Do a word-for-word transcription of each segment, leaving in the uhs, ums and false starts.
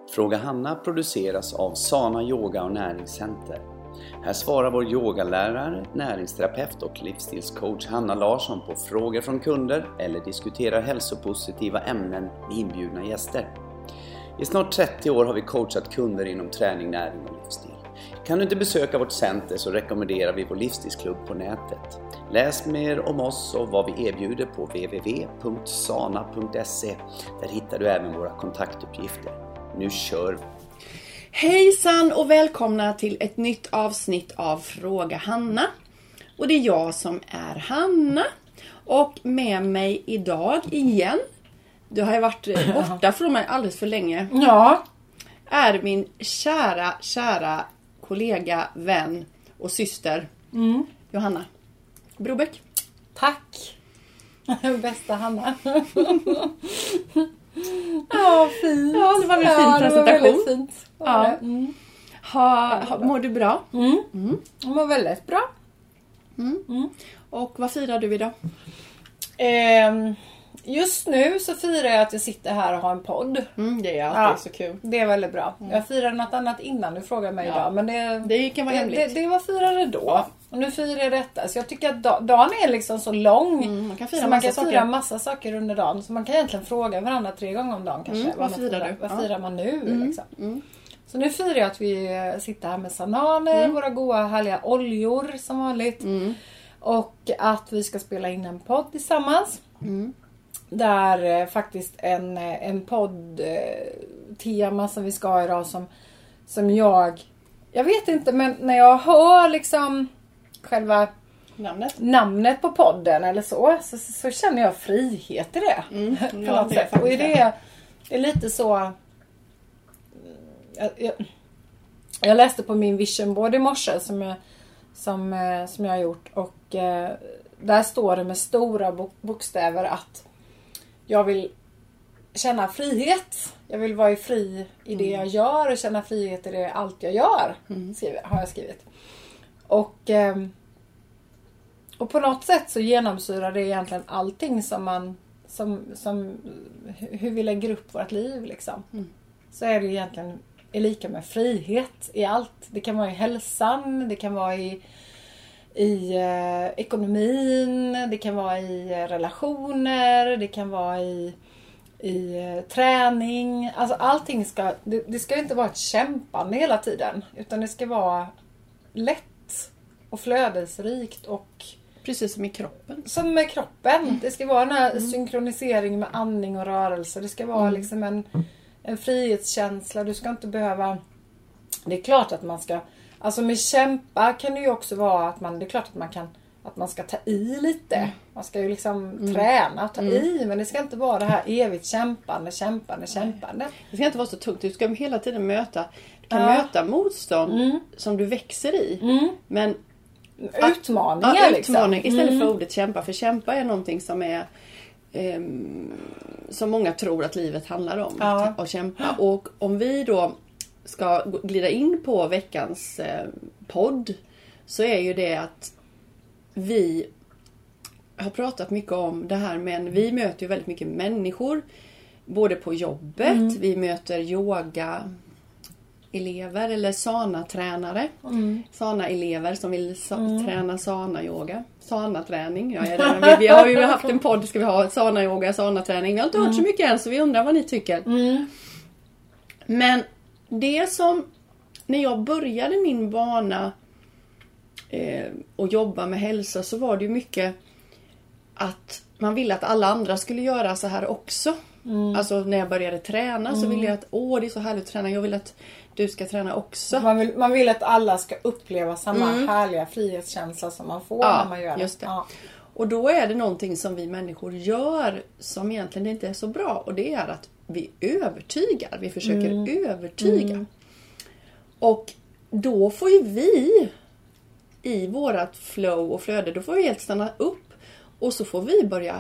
Fråga Hanna produceras av Sana Yoga och Näringscenter. Här svarar vår yogalärare, näringsterapeut och livsstilscoach Hanna Larsson på frågor från kunder eller diskuterar hälsopositiva ämnen med inbjudna gäster. I snart trettio år har vi coachat kunder inom träning, näring och livsstil. Kan du inte besöka vårt center så rekommenderar vi vår livsstilsklubb på nätet. Läs mer om oss och vad vi erbjuder på w w w punkt sana punkt se. Där hittar du även våra kontaktuppgifter. Nu kör vi! Hejsan och välkomna till ett nytt avsnitt av Fråga Hanna. Och det är jag som är Hanna. Och med mig idag igen, du har ju varit borta från mig alldeles för länge. Ja. Är min kära, kära kollega, vän och syster Mm. Johanna Brobeck. Tack. Bästa Hanna. Ja, fint. Ja, det var väl en fin ja, presentation. Det var väldigt fint. Ja. Mm. Ha, ha, mår du bra? Mm. Mm. Jag mår väldigt bra. Mm. Mm. Och vad firar du idag? Eh, just nu så firar jag att jag sitter här och har en podd. Mm, det är alltid Ja. så kul. Det är väldigt bra. Jag firade något annat innan du frågade mig Ja. idag. Men det, Det kan vara det, hemligt. det, det var firade då. Ja. Och nu firar jag detta. Så jag tycker att da- dagen är liksom så lång. Mm, man kan fira så man massa kan saker. fira massa saker under dagen. Så man kan egentligen fråga varandra tre gånger om dagen kanske. Mm, vad man firar du? Vad Ja. firar man nu Mm, liksom. mm. Så nu firar jag att vi sitter här med sananer, Mm. våra goda härliga oljor som vanligt. Mm. Och att vi ska spela in en podd tillsammans. Mm. Där eh, faktiskt en, eh, en podd eh, tema som vi ska ha idag som, som jag, jag vet inte, men när jag hör liksom själva Namnet? namnet på podden eller så, så, så känner jag frihet i det. Mm. På Ja, något det är sätt. Och faktiskt det är, det är lite så. Jag, jag, jag läste på min vision board i morse som jag, som, eh, som jag har gjort. Och eh, där står det med stora bok, bokstäver att jag vill känna frihet. Jag vill vara fri i det jag gör och känna frihet i det allt jag gör. Mm. Skriver, har jag skrivit. Och, eh, och på något sätt så genomsyrar det egentligen allting som man som, som hur vi lägger upp vårt liv liksom. Mm. Så är det egentligen är lika med frihet i allt. Det kan vara i hälsan, det kan vara i i eh, ekonomin, det kan vara i eh, relationer, det kan vara i i eh, träning. Alltså allting ska det, det ska inte vara ett kämpande hela tiden, utan det ska vara lätt och flödesrikt och Precis som i kroppen. som med kroppen. Mm. Det ska vara den här synkroniseringen med andning och rörelse. Det ska vara Mm. liksom en, en frihetskänsla. Du ska inte behöva. Det är klart att man ska. Alltså med kämpa kan det ju också vara att man. Det är klart att man kan. Att man ska ta i lite. Mm. Man ska ju liksom Mm. träna och ta Mm. i. Men det ska inte vara det här evigt kämpande, kämpande, kämpande. Det ska inte vara så tungt. Du ska hela tiden möta. Du kan Ja. möta motstånd Mm. som du växer i. Mm. Men Utmaningar ja, liksom. utmaning istället Mm. för ordet kämpa. För kämpa är någonting som är ehm, som många tror att livet handlar om. Ja. Att kämpa. Och om vi då ska glida in på veckans eh, podd, så är ju det att vi har pratat mycket om det här, men vi möter ju väldigt mycket människor både på jobbet, Mm. vi möter yoga elever eller sana-tränare. Mm. Sana-elever som vill sa- Mm. träna sana-yoga. Sana-träning. Ja, är det. Vi, vi har ju haft en podd, ska vi ha sana-yoga, sana-träning. Vi har inte hört så mycket än, så vi undrar vad ni tycker. Mm. Men det som, när jag började min bana eh, och jobba med hälsa, så var det ju mycket att man ville att alla andra skulle göra så här också. Mm. Alltså när jag började träna så Mm. ville jag att, åh det är så härligt att träna, jag vill att du ska träna också. Man vill, man vill att alla ska uppleva samma Mm. härliga frihetskänsla som man får Ja, när man gör det. just det. Ja. Och då är det någonting som vi människor gör som egentligen inte är så bra. Och det är att vi övertygar. Vi försöker Mm. övertyga. Mm. Och då får ju vi i vårat flow och flöde, då får vi helt stanna upp. Och så får vi börja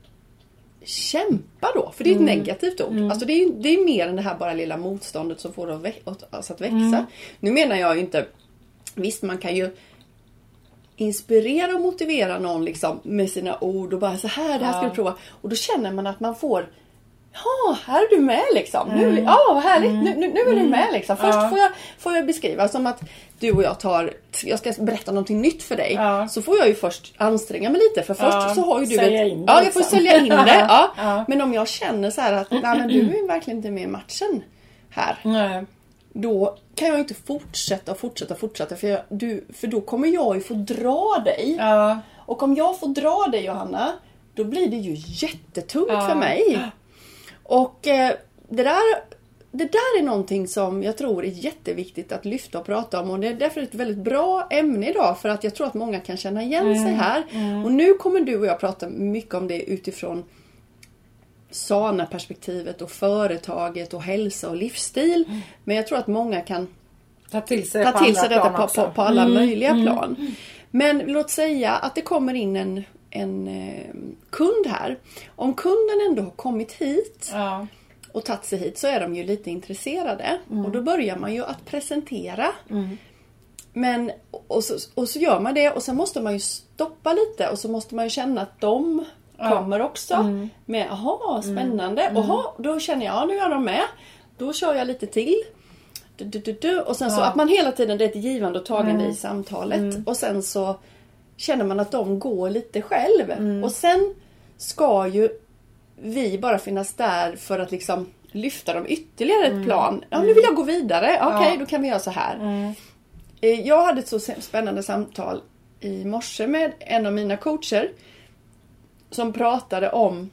kämpa då. För det är ett Mm. negativt ord. Mm. Alltså det är, det är mer än det här bara lilla motståndet som får det alltså att växa. Mm. Nu menar jag ju inte, visst man kan ju inspirera och motivera någon liksom med sina ord och bara så här, det här ska Ja. du prova. Och då känner man att man får Ja, här är du med liksom. Mm. Nu, ja, vad härligt. Mm. Nu, nu, nu är du med liksom. Först Ja. får, jag, får jag beskriva som att du och jag tar, jag ska berätta någonting nytt för dig. Ja. Så får jag ju först anstränga mig lite. För först Ja, så har ju du sälja ett, in det, ja, jag får liksom. sälja in det. Ja. Ja. Men om jag känner så här att nej, men du är verkligen inte med i matchen här. Nej. Då kan jag inte fortsätta och fortsätta och fortsätta. För, jag, du, för då kommer jag ju få dra dig. Ja. Och om jag får dra dig, Johanna, då blir det ju jättetungt Ja. för mig. Och eh, det, där, det där är någonting som jag tror är jätteviktigt att lyfta och prata om. Och det är därför ett väldigt bra ämne idag. För att jag tror att många kan känna igen Mm. sig här. Mm. Och nu kommer du och jag prata mycket om det utifrån Sana-perspektivet och företaget och hälsa och livsstil. Mm. Men jag tror att många kan Ta till sig, ta på till andra sig detta plan på, också. på, på alla Mm. möjliga Mm. plan. Men låt säga att det kommer in en, en eh, kund här. Om kunden ändå har kommit hit Ja. och tagit sig hit så är de ju lite intresserade. Mm. Och då börjar man ju att presentera. Mm. Men, och, så, och så gör man det och sen måste man ju stoppa lite och så måste man ju känna att de Ja. kommer också. Mm. Med, jaha, spännande. Mm. Jaha, då känner jag, ja, nu är de med. Då kör jag lite till. Du, du, du, du. Och sen så Ja. att man hela tiden, det är ett givande och tagande Mm. i samtalet. Mm. Och sen så känner man att de går lite själv. Mm. Och sen ska ju vi bara finnas där för att liksom lyfta dem ytterligare ett Mm. plan. Ja, nu vill jag gå vidare. Okej, Ja. då kan vi göra så här. Mm. Eh, Jag hade ett så spännande samtal i morse med en av mina coacher. Som pratade om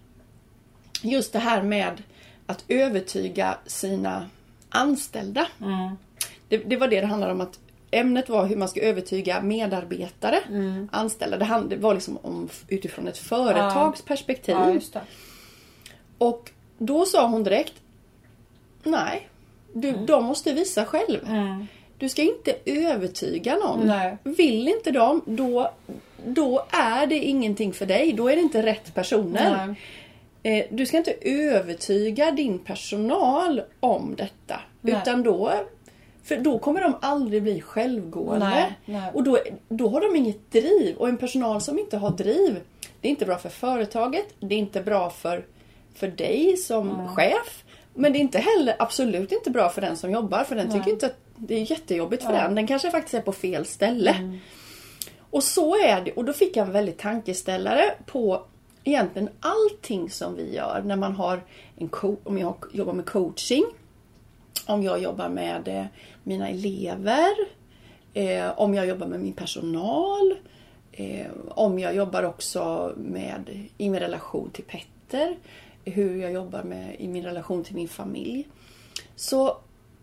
just det här med att övertyga sina anställda. Mm. Det, det var det det handlade om, att ämnet var hur man ska övertyga medarbetare, Mm. anställda. Det, hand, det var liksom om, utifrån ett företagsperspektiv. Ja, just det. Och då sa hon direkt, nej, du, Mm. de måste visa själv. Mm. Du ska inte övertyga någon. Nej. Vill inte de, då, då är det ingenting för dig. Då är det inte rätt personer. Nej. Eh, Du ska inte övertyga din personal om detta. Nej. Utan då, för då kommer de aldrig bli självgående. Nej, nej. Och då, då har de inget driv. Och en personal som inte har driv, det är inte bra för företaget. Det är inte bra för, för dig som Mm. chef. Men det är inte heller, absolut inte bra för den som jobbar. För den Nej. tycker inte att det är jättejobbigt för Ja. den. Den kanske faktiskt är på fel ställe. Mm. Och så är det. Och då fick jag en väldigt tankeställare på egentligen allting som vi gör. När man har en co- om jag jobbar med coaching. Om jag jobbar med eh, mina elever. Eh, om jag jobbar med min personal. Eh, om jag jobbar också med i min relation till Petter. Hur jag jobbar med i min relation till min familj. Så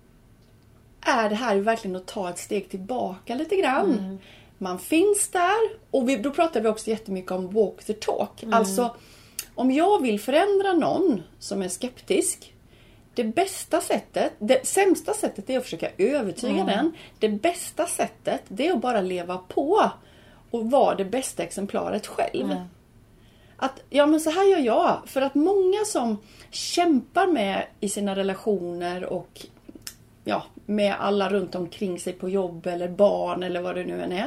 är det här verkligen att ta ett steg tillbaka lite grann. Mm. Man finns där. Och vi, då pratar vi också jättemycket om walk the talk. Mm. Alltså, om jag vill förändra någon som är skeptisk. Det bästa sättet, det sämsta sättet är att försöka övertyga Mm. den. Det bästa sättet, det är att bara leva på. Och vara det bästa exemplaret själv. Mm. Att, ja men så här gör jag. För att många som kämpar med i sina relationer och ja, med alla runt omkring sig på jobb eller barn eller vad det nu än är.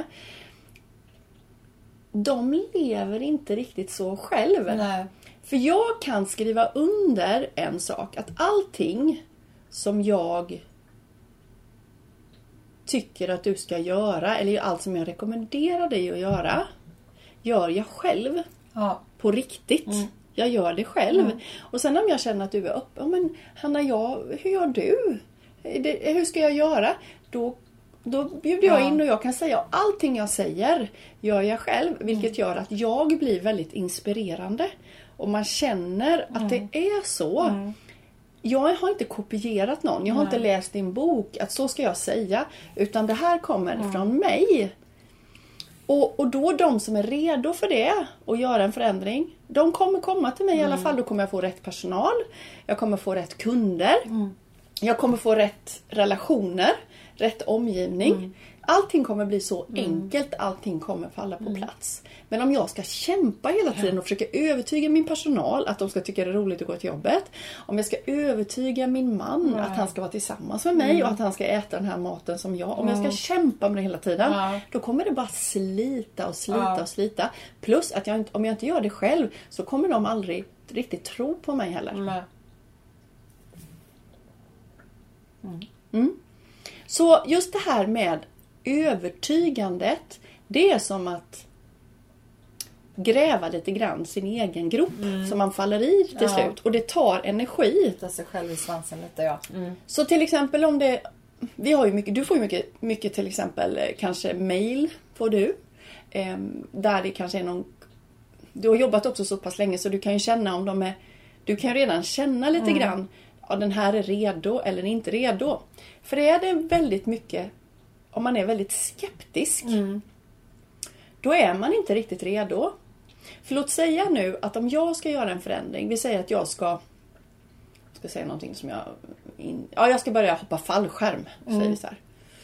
De lever inte riktigt så själv. Nej. För jag kan skriva under en sak. Att allting som jag tycker att du ska göra, eller allt som jag rekommenderar dig att göra, gör jag själv. Ja. På riktigt. Mm. Jag gör det själv. Mm. Och sen om jag känner att du är uppe. Ja, men Hanna, jag, hur gör du? Det, hur ska jag göra? Då, då bjuder jag Ja. in och jag kan säga allting jag säger gör jag själv. Vilket Mm. gör att jag blir väldigt inspirerande. Och man känner att Mm. det är så. Mm. Jag har inte kopierat någon. Jag har Nej. inte läst din bok. Att så ska jag säga. Utan det här kommer Mm. från mig. Och, och då de som är redo för det och göra en förändring. De kommer komma till mig Mm. i alla fall. Då kommer jag få rätt personal. Jag kommer få rätt kunder. Mm. Jag kommer få rätt relationer, rätt omgivning. Mm. Allting kommer bli så mm. enkelt, allting kommer falla på mm. plats. Men om jag ska kämpa hela tiden ja. och försöka övertyga min personal att de ska tycka det är roligt att gå till jobbet. Om jag ska övertyga min man ja. att han ska vara tillsammans med mig mm. och att han ska äta den här maten som jag. Om mm. jag ska kämpa med det hela tiden, ja. då kommer det bara slita och slita ja. och slita. Plus att jag inte, om jag inte gör det själv så kommer de aldrig riktigt tro på mig heller. Mm. Mm. Mm. Så just det här med övertygandet, det är som att gräva lite grann sin egen grop mm. som man faller i till ja. slut. Och det tar energi. Ta sig själv i svansen lite, ja. Mm. Så till exempel om det, vi har ju mycket, du får ju mycket, mycket till exempel kanske mail får du. Eh, där det kanske är någon, du har jobbat också så pass länge så du kan ju känna om de är, du kan redan känna lite mm. grann, ja den här är redo eller inte redo. För det är det väldigt mycket, om man är väldigt skeptisk, mm. då är man inte riktigt redo. För låt säga nu att om jag ska göra en förändring, vi säger att jag ska, ska säga någonting som jag, in, ja jag ska börja hoppa fallskärm, mm. säger vi så här.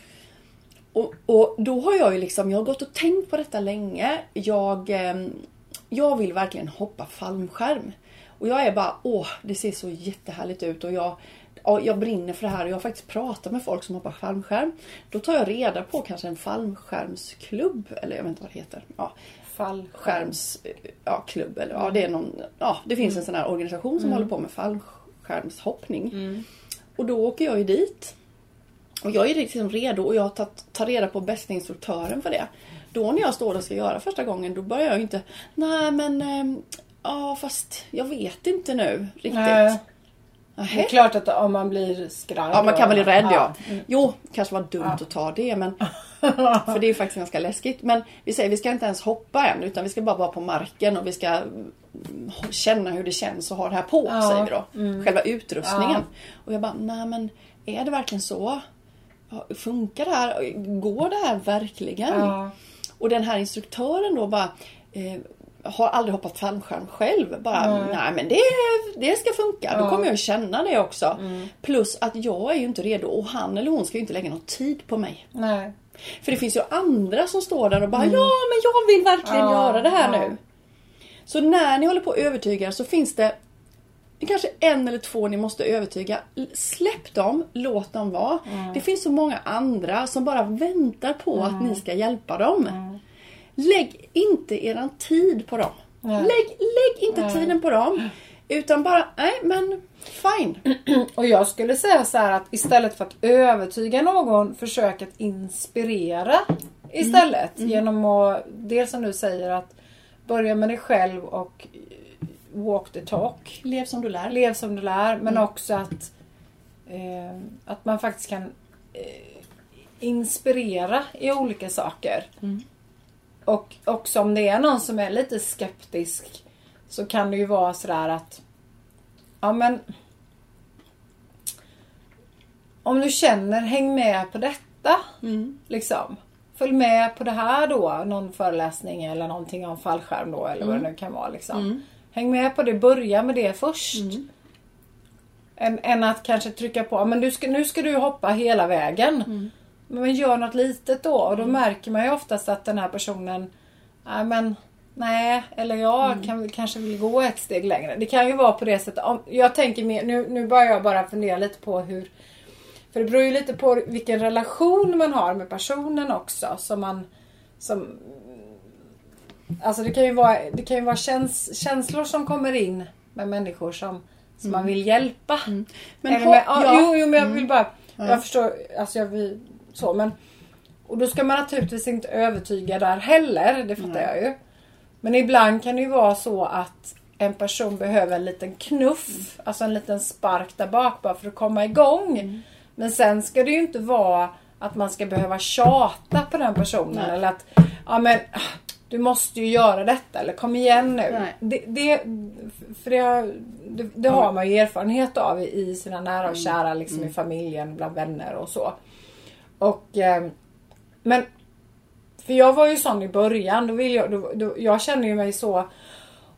Och, och då har jag ju liksom, jag har gått och tänkt på detta länge. Jag, eh, jag vill verkligen hoppa fallskärm. Och jag är bara, åh, det ser så jättehärligt ut och jag, jag brinner för det här och jag har faktiskt pratat med folk som hoppar fallskärm. Då tar jag reda på kanske en fallskärmsklubb, eller jag vet inte vad det heter. Ja, fallskärms ja, klubb eller ja, det är någon, ja, det finns en sån här organisation som mm. håller på med fallskärmshoppning. Mm. Och då åker jag ju dit. Och jag är liksom redo och jag tar, tar reda på bästa instruktören för det. Då när jag står och ska göra första gången, då börjar jag ju inte, nej men ähm, ja fast jag vet inte nu riktigt. Nej. Det är klart att om man blir skraj. Ja, man kan bli rädd, ja. ja. Mm. Jo, kanske var dumt ja. att ta det, men för det är ju faktiskt ganska läskigt. Men vi säger, vi ska inte ens hoppa än, utan vi ska bara vara på marken och vi ska känna hur det känns att ha det här på, ja. säger vi då. Mm. Själva utrustningen. Ja. Och jag bara, nej men är det verkligen så? Funkar det här? Går det här verkligen? Ja. Och den här instruktören då bara... Eh, har aldrig hoppat fallskärm själv. Bara, mm. nej men det, det ska funka. Ja. Då kommer jag känna det också. Mm. Plus att jag är ju inte redo. Och han eller hon ska ju inte lägga någon tid på mig. Nej. För det finns ju andra som står där och bara, mm. ja men jag vill verkligen ja. göra det här ja. nu. Så när ni håller på att övertyga så finns det kanske en eller två ni måste övertyga. Släpp dem, låt dem vara. Mm. Det finns så många andra som bara väntar på mm. att ni ska hjälpa dem. Mm. Lägg inte eran tid på dem. Nej. Lägg, lägg inte nej. tiden på dem. Utan bara, nej men fine. Och jag skulle säga så här att istället för att övertyga någon, försök att inspirera istället. Mm. Mm. Genom att, dels som du säger, att börja med dig själv och walk the talk. Lev som du lär. Lev som du lär. Men mm. också att, eh, att man faktiskt kan eh, inspirera i olika saker. Mm. Och också om det är någon som är lite skeptisk, så kan det ju vara sådär att, ja men, om du känner, häng med på detta. Mm. Liksom. Följ med på det här då, någon föreläsning eller någonting om fallskärm då, eller mm. vad det nu kan vara liksom. Mm. Häng med på det, börja med det först. Mm. Än, än att kanske trycka på, men du ska, nu ska du hoppa hela vägen. Mm. Men gör något litet då. Och då mm. märker man ju oftast att den här personen, nej men, nej, eller jag mm. kan, kanske vill gå ett steg längre. Det kan ju vara på det sättet. Om, jag tänker mer, nu, nu börjar jag bara fundera lite på hur, för det beror ju lite på vilken relation man har med personen också. Som man, som, alltså det kan ju vara, det kan ju vara käns, känslor som kommer in med människor som, som mm. man vill hjälpa. Mm. Men ha, med, ja, jo, jo, men jag vill bara, mm. jag förstår, alltså jag vill, så, men, och då ska man naturligtvis inte övertyga där heller, det fattar mm. jag ju. Men ibland kan det ju vara så att en person behöver en liten knuff, mm. alltså en liten spark där bak bara för att komma igång. Mm. Men sen ska det ju inte vara att man ska behöva tjata på den personen. Nej. Eller att, ja men, du måste ju göra detta, eller kom igen nu. Det, det, för det, har, det, det har man ju erfarenhet av i, i sina nära och kära, liksom mm. i familjen, bland vänner och så. Och, eh, men, för jag var ju sån i början, då vill jag, då, då, jag känner ju mig så,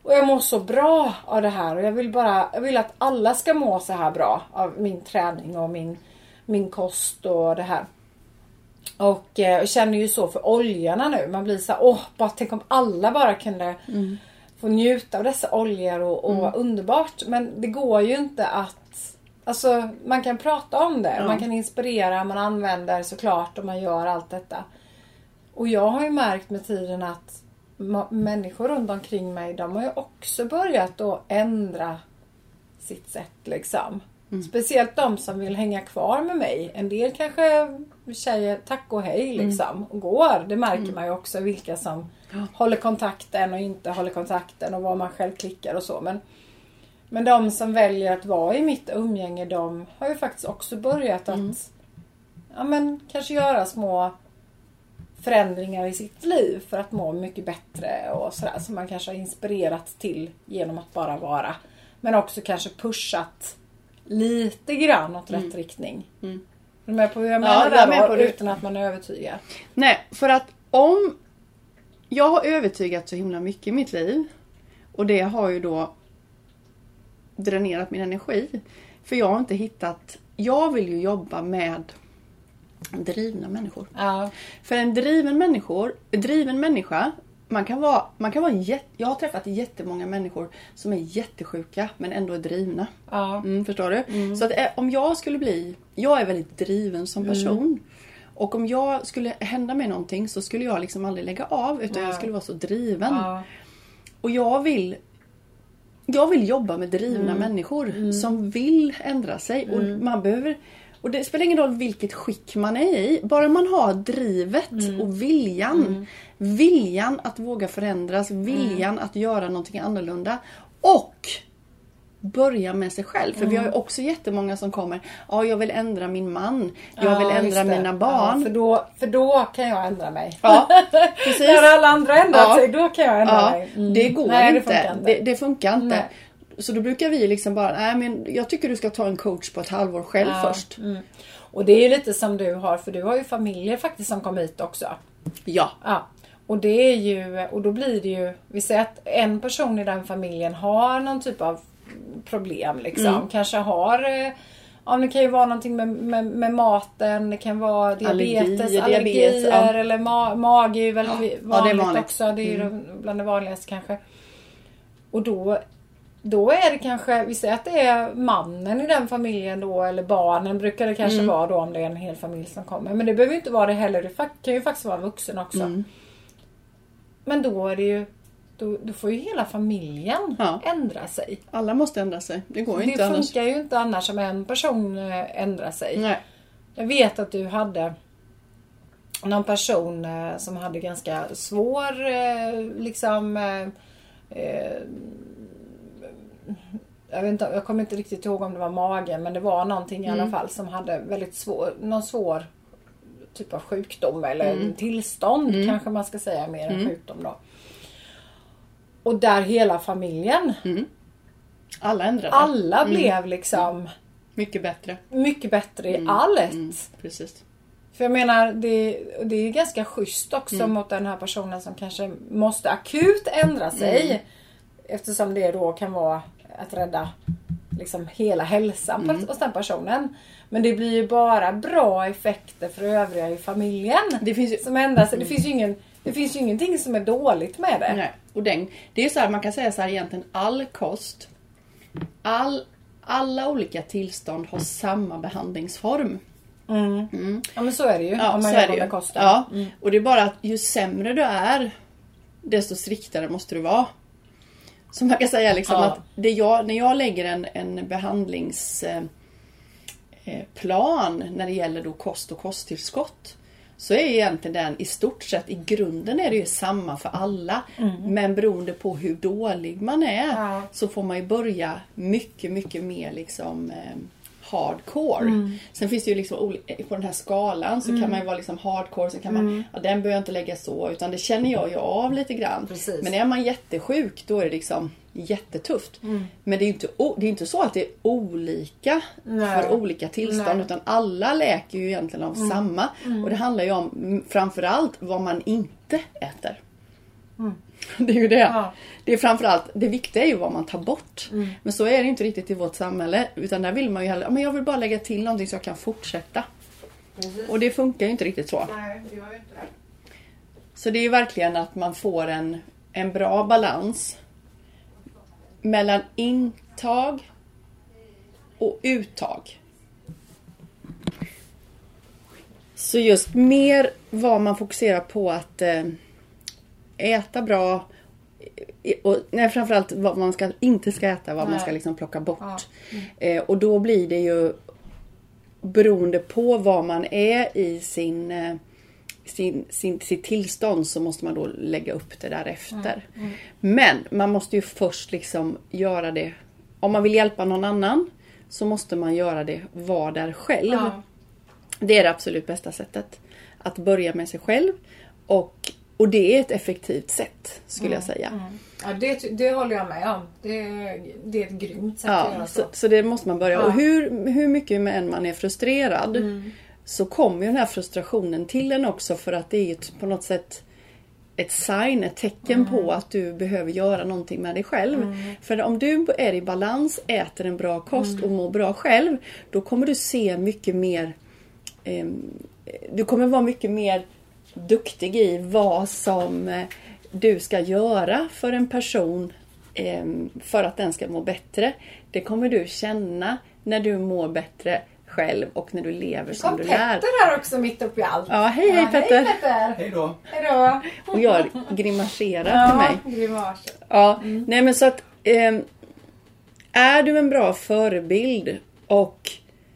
Och jag mår så bra av det här. Och jag vill bara, jag vill att alla ska må så här bra av min träning och min, min kost och det här. Och eh, jag känner ju så för oljorna nu. Man blir så här, åh, bara tänk om alla bara kunde mm. få njuta av dessa oljor och, och mm. underbart. Men det går ju inte att, alltså man kan prata om det. Ja. Man kan inspirera, man använder såklart och man gör allt detta. Och jag har ju märkt med tiden att ma- människor runt omkring mig, de har ju också börjat att ändra sitt sätt liksom. Mm. Speciellt de som vill hänga kvar med mig. En del kanske säger tack och hej liksom. Mm. Och går. Det märker mm. man ju också vilka som ja. håller kontakten och inte håller kontakten. Och vad man själv klickar och så. Men, men de som väljer att vara i mitt umgänge, de har ju faktiskt också börjat att mm. ja, men, kanske göra små förändringar i sitt liv för att må mycket bättre och sådär. Som man kanske har inspirerat till genom att bara vara. Men också kanske pushat lite grann åt mm. rätt riktning. Mm. Är du med på hur jag menar ja, där då, utan att man är övertygad? Nej, för att om jag har övertygat så himla mycket i mitt liv och det har ju då dränerat min energi. För jag har inte hittat, jag vill ju jobba med drivna människor. Ja. För en driven människor, driven människa, man kan vara, man kan vara jätte, jag har träffat jättemånga människor som är jättesjuka men ändå är drivna. Ja. Mm, förstår du? Mm. Så att om jag skulle bli, jag är väldigt driven som person. Mm. Och om jag skulle hända mig någonting så skulle jag liksom aldrig lägga av utan ja. jag skulle vara så driven. Ja. Och jag vill jag vill jobba med drivna mm. människor mm. som vill ändra sig mm. och man behöver. Och det spelar ingen roll vilket skick man är i. Bara man har drivet mm. och viljan. Mm. Viljan att våga förändras. Viljan mm. att göra någonting annorlunda. Och börja med sig själv. För mm. vi har ju också jättemånga som kommer. Ja, jag vill ändra min man. Jag ja, vill ändra mina barn. Ja, för, då, för då kan jag ändra mig. Ja, precis. När alla andra ändrar ja. sig, då kan jag ändra ja, mig. Mm. Det går nej, inte. Det funkar inte. Det, det funkar inte. Nej. Så då brukar vi liksom bara, nej men jag tycker du ska ta en coach på ett halvår själv ja, först. Mm. Och det är ju lite som du har, för du har ju familjer faktiskt som kommer hit också. Ja. Ja. Och det är ju, och då blir det ju, vi säger att en person i den familjen har någon typ av problem liksom. Mm. Kanske har, ja det kan ju vara någonting med, med, med maten, det kan vara diabetes, allergier, allergier diabetes, ja. eller ma- mage är ju väldigt ja. vanligt, ja, det är vanligt också. Det är ju mm. bland det vanligaste kanske. Och då Då är det kanske, vi säger att det är mannen i den familjen då, eller barnen brukar det kanske mm. vara då om det är en hel familj som kommer. Men det behöver ju inte vara det heller, det kan ju faktiskt vara vuxen också. Mm. Men då är det ju, då, då får ju hela familjen ja. ändra sig. Alla måste ändra sig, det går ju det inte annars. Det funkar ju inte annars om en person ändrar sig. Nej. Jag vet att du hade någon person som hade ganska svår liksom eh, jag vet inte, jag kommer inte riktigt ihåg om det var magen, men det var någonting i mm. alla fall som hade väldigt svår, någon svår typ av sjukdom eller mm. tillstånd mm. kanske man ska säga mer än mm. sjukdom då. Och där hela familjen mm. alla ändrade. Alla mm. blev liksom mycket bättre. Mycket bättre i mm. allt. Mm. Precis. För jag menar, det, det är ganska schysst också mm. mot den här personen som kanske måste akut ändra sig. Mm. Eftersom det då kan vara att rädda liksom hela hälsan mm. hos den personen. Men det blir ju bara bra effekter för övriga i familjen. Det finns ju, som ändrar sig. Mm. Det finns ju ingen, det finns ju ingenting som är dåligt med det. Nej. Och den, det är ju så här, man kan säga så här egentligen, all kost, all, alla olika tillstånd har samma behandlingsform. Mm. Mm. Ja men så är det ju ja, om man jobbar med kosten. Ja. Mm. Och det är bara att ju sämre du är, desto striktare måste du vara. Så man kan säga liksom ja. att det jag, när jag lägger en, en behandlingsplan eh, när det gäller då kost och kosttillskott, så är egentligen den i stort sett, i grunden är det ju samma för alla. Mm. Men beroende på hur dålig man är ja. så får man ju börja mycket, mycket mer liksom eh, hardcore. Mm. Sen finns det ju liksom på den här skalan så mm. kan man ju vara liksom hardcore, så kan man, mm. ja, den behöver jag inte lägga så, utan det känner jag ju av lite grann. Precis. Men är man jättesjuk, då är det liksom jättetufft. Mm. Men det är ju inte, det är inte så att det är olika Nej. för olika tillstånd, Nej. utan alla läker ju egentligen av mm. samma. Mm. Och det handlar ju om framförallt vad man inte äter. Mm. Det är ju det. Ja. Det är framförallt, det viktiga är ju vad man tar bort. Mm. Men så är det inte riktigt i vårt samhälle. Utan där vill man ju hellre, men jag vill bara lägga till någonting så jag kan fortsätta. Precis. Och det funkar ju inte riktigt så. Nej, det gör ju inte det. Så det är ju verkligen att man får en, en bra balans mellan intag och uttag. Så just mer vad man fokuserar på att eh, äta bra och nej, framförallt vad man ska, inte ska äta, vad nej. man ska liksom plocka bort. Ja. Mm. Eh, och då blir det ju beroende på vad man är i sin, eh, sin, sin, sitt tillstånd, så måste man då lägga upp det därefter. Mm. Mm. Men man måste ju först liksom göra det. Om man vill hjälpa någon annan så måste man göra det, vara där själv. Ja. Det är det absolut bästa sättet. Att börja med sig själv. Och, och det är ett effektivt sätt, skulle Mm. jag säga. Mm. Ja, det, det håller jag med om. Det, det är ett grymt sätt Ja, att göra så. så. Så det måste man börja. Ja. Och hur, hur mycket med än man är frustrerad Mm. så kommer ju den här frustrationen till en också, för att det är ett, på något sätt ett sign, ett tecken Mm. på att du behöver göra någonting med dig själv. Mm. För om du är i balans, äter en bra kost Mm. och mår bra själv, då kommer du se mycket mer, eh, du kommer vara mycket mer duktig i vad som eh, du ska göra för en person eh, för att den ska må bättre. Det kommer du känna när du mår bättre själv och när du lever som Kom du Petter lär. här också mitt uppe i allt. Ja, hej hej Ja, Petter. Hej Petter. Hej då. Hej då. Och jag grimaserar till mig. Ja, grimaser. Ja, nej men så att eh, är du en bra förebild och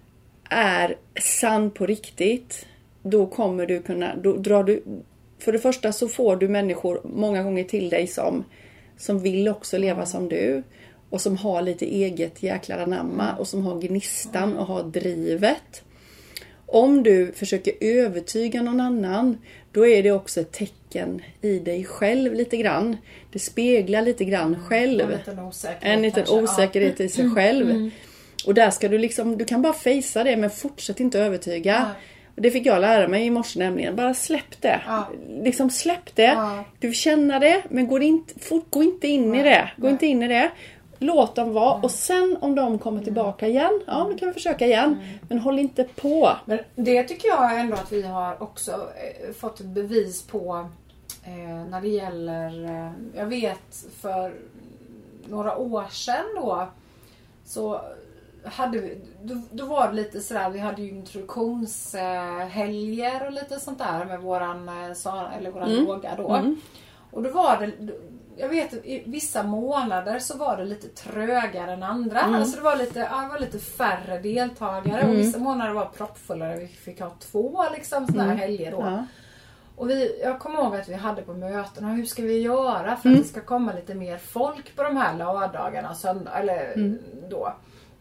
är sann på riktigt, då kommer du kunna, då drar du, för det första så får du människor många gånger till dig som, som vill också leva Mm. som du och som har lite eget jäklar anamma Mm. och som har gnistan och har drivet. Om du försöker övertyga någon annan, då är det också ett tecken i dig själv lite grann. Det speglar lite grann själv. En liten osäkerhet. En liten kanske. osäkerhet Ja. i sig själv. Mm. Och där ska du liksom, du kan bara fejsa det, men fortsätt inte övertyga. Ja. Och det fick jag lära mig i morse nämligen. Bara släpp det. Ja. Liksom släpp det. Ja. Du känner det, men gå inte, fort, gå inte in Nej. i det. Gå Nej. inte in i det. Låt dem vara. Och sen om de kommer tillbaka igen, ja då kan vi försöka igen. Men håll inte på. Men det tycker jag ändå att vi har också eh, fått ett bevis på eh, när det gäller, eh, jag vet för några år sedan då, så hade vi, då, då var det lite sådär, vi hade ju introduktionshelger och lite sånt där med våran, eh, sa- eller våran Mm. yoga då. Mm. Och då var det, jag vet i vissa månader så var det lite trögare än andra. Mm. Alltså det var lite, ja, det var lite färre deltagare. Mm. Och vissa månader var proppfullare. Vi fick ha två liksom såna här Mm. helger då. Ja. Och vi, jag kommer ihåg att vi hade på mötena, hur ska vi göra för att Mm. det ska komma lite mer folk på de här lördagarna, söndag, eller Mm. då.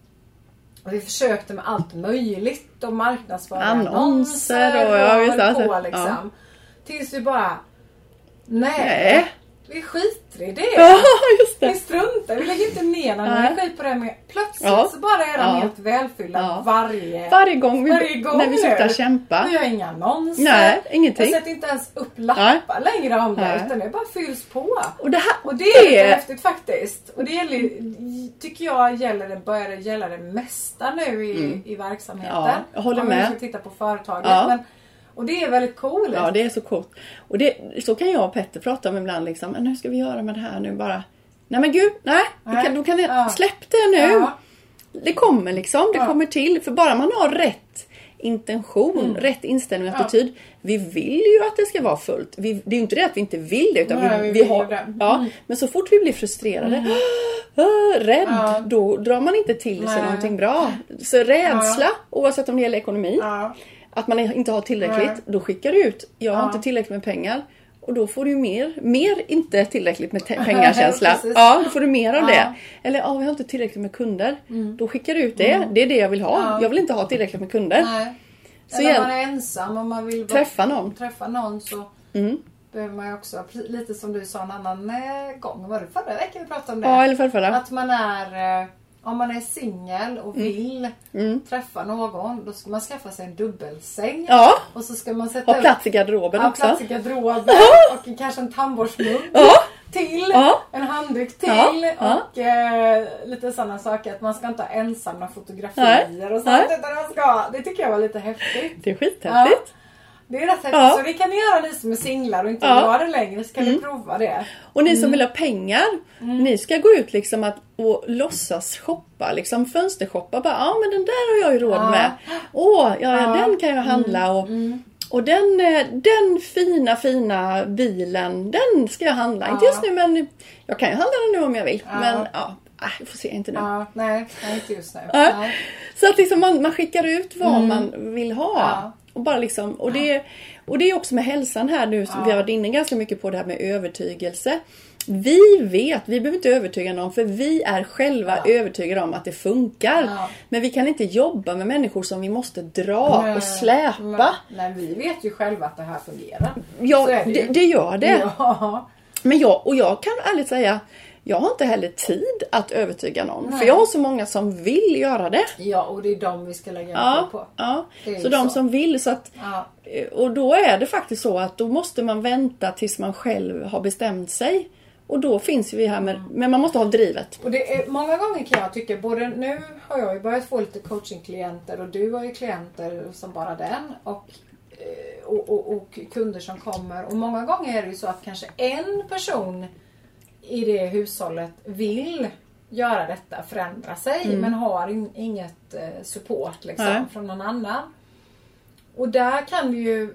Och vi försökte med allt möjligt och marknadsföra Annonser och- och ja, höll visst, på alltså, liksom. ja. Tills vi bara, nej, Nej. vi skiter i det. Ja, just Vi det. struntar, vi lägger inte ner någon Nej. energi på det. Med. Plötsligt Ja. så bara är de Ja. helt välfyllda Ja. varje... Varje gång vi, Varje gång när vi nu. slutar kämpa. Vi har inga annonser. Nej, ingenting. Jag sätter inte ens upp lappar längre om det. Nej. Utan det bara fylls på. Och det här, Och det är det- lite häftigt faktiskt. Och det gäller, tycker jag gäller det, börjar det gälla det mesta nu i, Mm. i verksamheten. Ja, jag håller om med. vi ska titta på företaget. Ja. Men, och det är väldigt coolt. Ja, det är så coolt. Och det, så kan jag och Petter prata om ibland liksom. Men hur ska vi göra med det här nu bara? Nej men gud, nej. Du Nej. kan, du kan, Ja. släpp det nu. Ja. Det kommer liksom, det Ja. kommer till. För bara man har rätt intention, Mm. rätt inställning och Ja. attityd. Vi vill ju att det ska vara fullt. Vi, det är ju inte det att vi inte vill det. Utan Nej, vi, vi vi vill har, ju det. ja, Mm. men så fort vi blir frustrerade, äh, rädd, Ja. då drar man inte till sig Nej. någonting bra. Så rädsla, Ja. oavsett om det gäller ekonomi. Ja. Att man inte har tillräckligt, Nej. då skickar du ut. Jag har Ja. inte tillräckligt med pengar. Och då får du mer, mer inte tillräckligt med te- pengarkänsla. Precis. Ja, då får du mer av Ja. det. Eller, ja, vi har inte tillräckligt med kunder. Mm. Då skickar du ut det. Mm. Det är det jag vill ha. Ja. Jag vill inte ha tillräckligt med kunder. Nej. Så Eller igen- om man är ensam och man vill bara Träffa någon. träffa någon så Mm. behöver man ju också, pre- lite som du sa en annan eh, gång, var det förra veckan vi pratade om det? Ja, eller förrförra. Att man är, eh, om man är singel och vill Mm. träffa någon, då ska man skaffa sig en dubbelsäng. Ja. Och så ska man sätta Ha plats i garderoben ja, också. plats i garderoben och kanske en tandborstmugg Ja. till, Ja. en handduk till Ja. Ja. och eh, lite sådana saker. Att man ska inte ha ensamma fotografier Nej. och sånt. Nej. Utan man ska, det tycker jag var lite häftigt. Det är skithäftigt. Det är rätt häftigt. Ja. Så det kan ni göra, ni som är singlar och inte Ja. vill ha det längre. Så kan ni prova det. Och ni som vill ha pengar, ni ska gå ut liksom att, och låtsas shoppa, liksom fönstershoppa. Bara, ja men den där har jag ju råd Ja. med. Åh, ja, ja Ja. den kan jag handla. Och, och den, eh, den fina, fina bilen, den ska jag handla. Ja. Inte just nu, men jag kan ju handla den nu om jag vill. Ja. Men ja, äh, jag får se, inte nu. Ja, nej, nej, inte just nu. Ja. Nej. Så att liksom man, man skickar ut vad man vill ha. Ja. Och, bara liksom, och, det, och det är också med hälsan här nu. Ja. Vi har varit inne ganska mycket på det här med övertygelse. Vi vet, vi behöver inte övertyga någon, för vi är själva Ja. övertygade om att det funkar. Ja. Men vi kan inte jobba med människor som vi måste dra Nej. och släpa. Nej, nej, vi vet ju själva att det här fungerar. Ja, Så är det det, ju. det gör det. Ja. Men jag, och jag kan ärligt säga, jag har inte heller tid att övertyga någon. Nej. För jag har så många som vill göra det. Ja, och det är de vi ska lägga Ja, på. ja. Det är Så ju de så. som vill, så att Ja. och då är det faktiskt så att då måste man vänta tills man själv har bestämt sig. Och då finns vi här med, men man måste ha drivet. Och det är, många gånger kan jag tycka, både nu har jag ju börjat få lite coachingklienter och du har ju klienter som bara den och, eh, och, och, och kunder som kommer. Och många gånger är det ju så att kanske en person i det hushållet vill göra detta, förändra sig, Mm. men har in, inget eh, support liksom, Nej. från någon annan. Och där kan du ju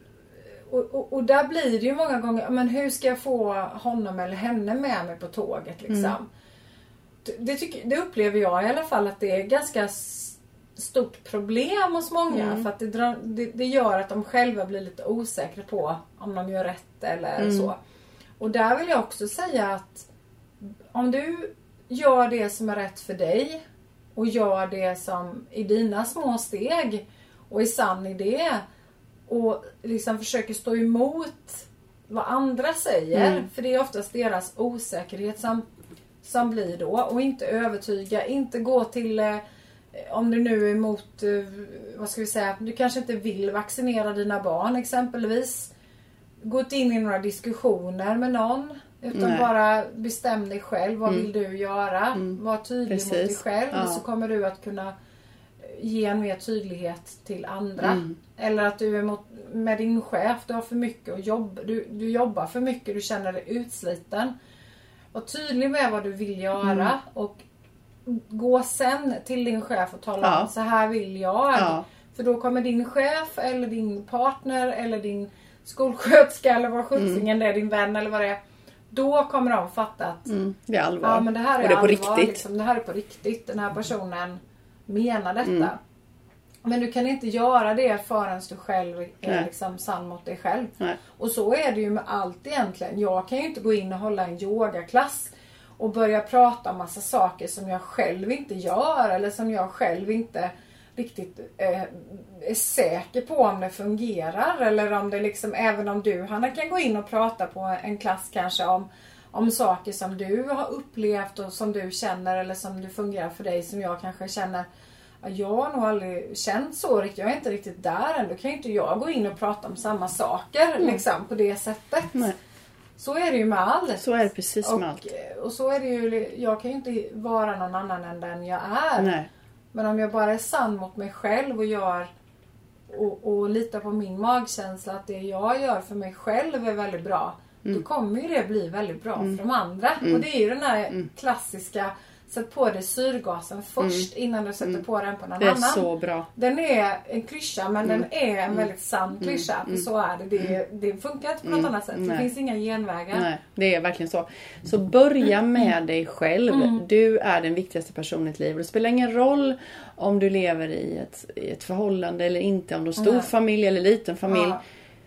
Och, och, och där blir det ju många gånger, men hur ska jag få honom eller henne med mig på tåget liksom? Mm. Det, det, tycker, det upplever jag i alla fall att det är ganska s- stort problem hos många. Mm. För att det, drar, det, det gör att de själva blir lite osäkra på om de gör rätt eller Mm. så. Och där vill jag också säga att om du gör det som är rätt för dig och gör det som i dina små steg och är sann i det och liksom försöker stå emot vad andra säger. Mm. För det är oftast deras osäkerhet som, som blir då. Och inte övertyga, inte gå till, eh, om du nu är emot, eh, vad ska vi säga, du kanske inte vill vaccinera dina barn exempelvis. Gå inte in i några diskussioner med någon. Utan Nej. bara bestäm dig själv, vad Mm. vill du göra? Mm. Var tydlig mot Precis. dig själv, Ja. så kommer du att kunna ge en mer tydlighet till andra. Mm. Eller att du är mot, med din chef, du har för mycket att jobba, du, du jobbar för mycket, du känner dig utsliten. Var tydlig med vad du vill göra Mm. och gå sen till din chef och tala Ja. om, så här vill jag. Ja. För då kommer din chef eller din partner eller din skolsköterska eller vad skjutsingen det är, din vän eller vad det är. Då kommer de fatta att Mm, det är allvar. ja, men det här är, och det är på allvar, riktigt. Liksom, det här är på riktigt. Den här personen menar detta. Mm. Men du kan inte göra det förrän du själv är Nej. liksom sann mot dig själv. Nej. Och så är det ju med allt egentligen. Jag kan ju inte gå in och hålla en yogaklass och börja prata om massa saker som jag själv inte gör. Eller som jag själv inte riktigt eh, är säker på om det fungerar. Eller om det liksom, även om du, Hanna, kan gå in och prata på en klass kanske om om saker som du har upplevt och som du känner eller som du fungerar för dig, som jag kanske känner, ja, jag har nog aldrig känt så riktigt, jag är inte riktigt där än, då kan ju inte jag gå in och prata om samma saker Mm. liksom på det sättet. Nej. Så är det ju med allt. Så är det precis och, med allt. och så är det ju, jag kan ju inte vara någon annan än den jag är. Nej. Men om jag bara är sann mot mig själv och gör och, och litar på min magkänsla att det jag gör för mig själv är väldigt bra. Mm. Då kommer ju det bli väldigt bra Mm. för de andra. Mm. Och det är ju den här Mm. klassiska, sätt på dig syrgasen först innan du sätter Mm. på den på någon Det är annan. så bra. Den är en klyscha, men Mm. den är en Mm. väldigt sann klyscha. Mm. För så är det. Det, det funkar inte på något Mm. annat sätt. Det Nej. finns inga genvägar. Nej, det är verkligen så. Så börja med dig själv. Mm. Du är den viktigaste personen i ditt liv. Det spelar ingen roll om du lever i ett, i ett förhållande eller inte. Om du har stor Nej. familj eller liten familj. Ja.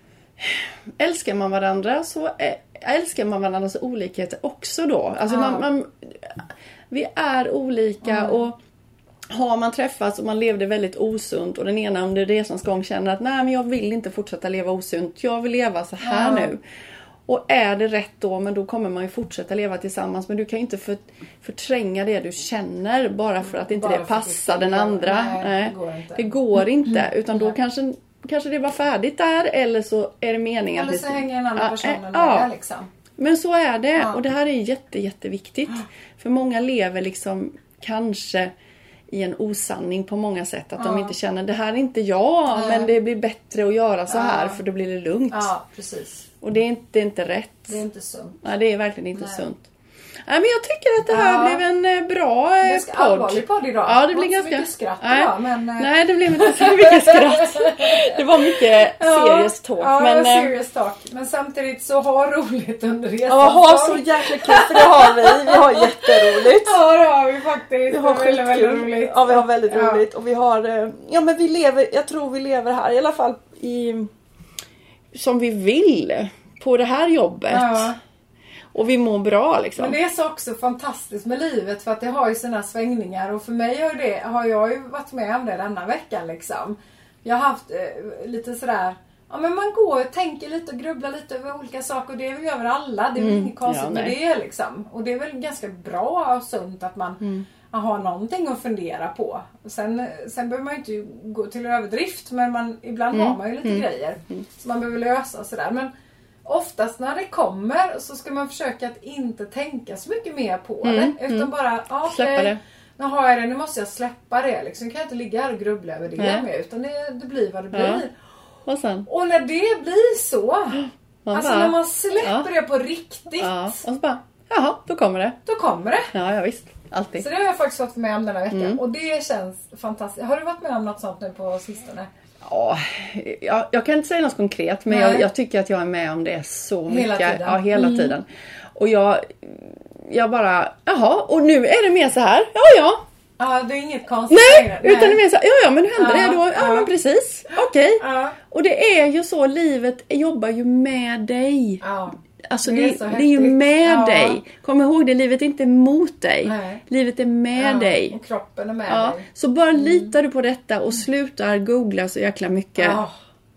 Älskar man varandra så ä- älskar man varandras olikheter också då. Alltså Ja. man, man, vi är olika Mm. och har man träffats och man levde väldigt osunt och den ena under resans gång känner att nej, men jag vill inte fortsätta leva osunt. Jag vill leva så här Ja. nu. Och är det rätt då, men då kommer man ju fortsätta leva tillsammans. Men du kan ju inte för, förtränga det du känner bara för att inte Bara det för passar att den det går- andra. nej, det går inte. Det går inte. Utan då Nej. kanske, kanske det var färdigt där, eller så är det meningen Eller att så det- hänger en annan Ja, person eh, med ja. liksom. Men så är det. Ja. Och det här är jätte, jätteviktigt. För många lever liksom kanske i en osanning på många sätt. Att de Ja. inte känner, det här är inte jag, Nej. men det blir bättre att göra så Ja. här för då blir det lugnt. Ja, precis. Och det är inte, det är inte rätt. Det är inte sunt. Nej, det är verkligen inte Nej. sunt. Nej, men jag tycker att det här Ja. blev en eh, bra eh, Ganska podd. allvarlig podd idag. Ja, det var blir inte ganska... så mycket skratt Nej. idag, men... eh, Nej, det blev inte så mycket skratt. Det var mycket serious talk. Ja, men, men, eh, serious talk. Men samtidigt så ha roligt under resan. ja, ha så jäkla kul, för det har vi. Vi har jätteroligt. Ja, det har vi faktiskt. Vi har Det är väldigt, väldigt skitkul. roligt. Ja, vi har väldigt Ja. roligt. Och vi har... eh, Ja, men vi lever... Jag tror vi lever här i alla fall i... Som vi vill. På det här jobbet. Ja. Och vi mår bra liksom. Men det är så också fantastiskt med livet, för att det har ju sina svängningar, och för mig har, det, har jag ju varit med om det denna veckan liksom. Jag har haft eh, lite sådär, ja men man går och tänker lite och grubblar lite över olika saker, och det gör väl alla, det är väl Mm. inget konstigt Ja, med nej. det liksom. Och det är väl ganska bra och sunt att man Mm. har någonting att fundera på. Sen, sen behöver man ju inte gå till överdrift, men man, ibland Mm. har man ju lite Mm. grejer som man behöver lösa och sådär. Men oftast när det kommer så ska man försöka att inte tänka så mycket mer på Mm, det. Utan mm. bara, ja, Släppa okej, det. nu har jag det, nu måste jag släppa det. Liksom. Nu kan jag inte ligga här och grubbla över det Nej. med, utan det, det blir vad det blir. Ja. Och sen? Och när det blir så, Man alltså bara, när man släpper ja. det på riktigt, Ja, och så bara, jaha, då kommer det. då kommer det. Ja, ja visst. Alltid. Så det har jag faktiskt varit med om denna veckan. Mm. Och det känns fantastiskt. Har du varit med om något sånt nu på sistone? Ja, jag, jag kan inte säga något konkret, men Nej. jag, jag tycker att jag är med om det så mycket. Hela tiden. Ja, hela Mm. tiden. Och jag, jag bara, jaha, och nu är det mer så här. Ja, ja. Ja, det är inget konstigt Nej, längre. utan det är mer så här, ja, ja, men hur händer Ja, det då? Ja, ja. men precis. Okej. Ja. Och det är ju så, livet jobbar ju med dig. Ja. Alltså Det det, är det, så är ju häftigt. med Ja. dig. Kom ihåg det, livet är inte mot dig. Nej. Livet är med Ja, dig. och kroppen är med Ja, dig. så bara litar du på detta och slutar googla så jäkla mycket. Ja.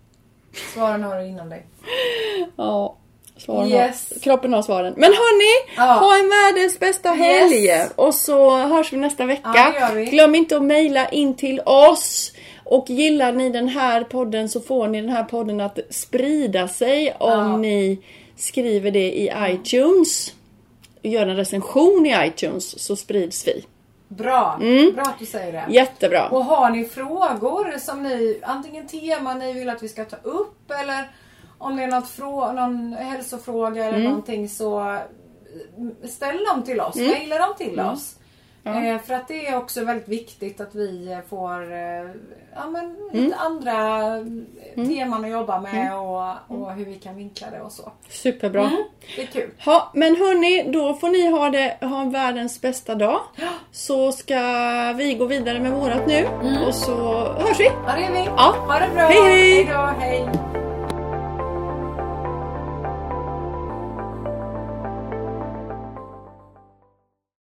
Svaren har du innan dig. Ja, svaren Yes. har, kroppen har svaren. Men hörni, Ja. ha en världens bästa helg. Yes. Och så hörs vi nästa vecka. Ja, det gör vi. Glöm inte att mejla in till oss. Och gillar ni den här podden så får ni den här podden att sprida sig om Ja. ni skriver det i iTunes. Gör en recension i iTunes så sprids vi. Bra. Mm. Bra att du säger det. Jättebra. Och har ni frågor som ni, antingen tema ni vill att vi ska ta upp, eller om det är något frå, någon hälsofråga eller Mm. någonting, så ställ dem till oss. Mm. Maila dem till Mm. oss. Ja. Eh, för att det är också väldigt viktigt att vi får eh, ja, men, Mm. lite andra teman att jobba med och, och hur vi kan vinkla det och så. Superbra. Mm. Det är kul. Ja, men hörni, då får ni ha, det, ha världens bästa dag. Så ska vi gå vidare med vårat nu. Och så hörs vi. Ja, det är vi. Ja. Ha det bra. Hej, hej. Hej då. Hej.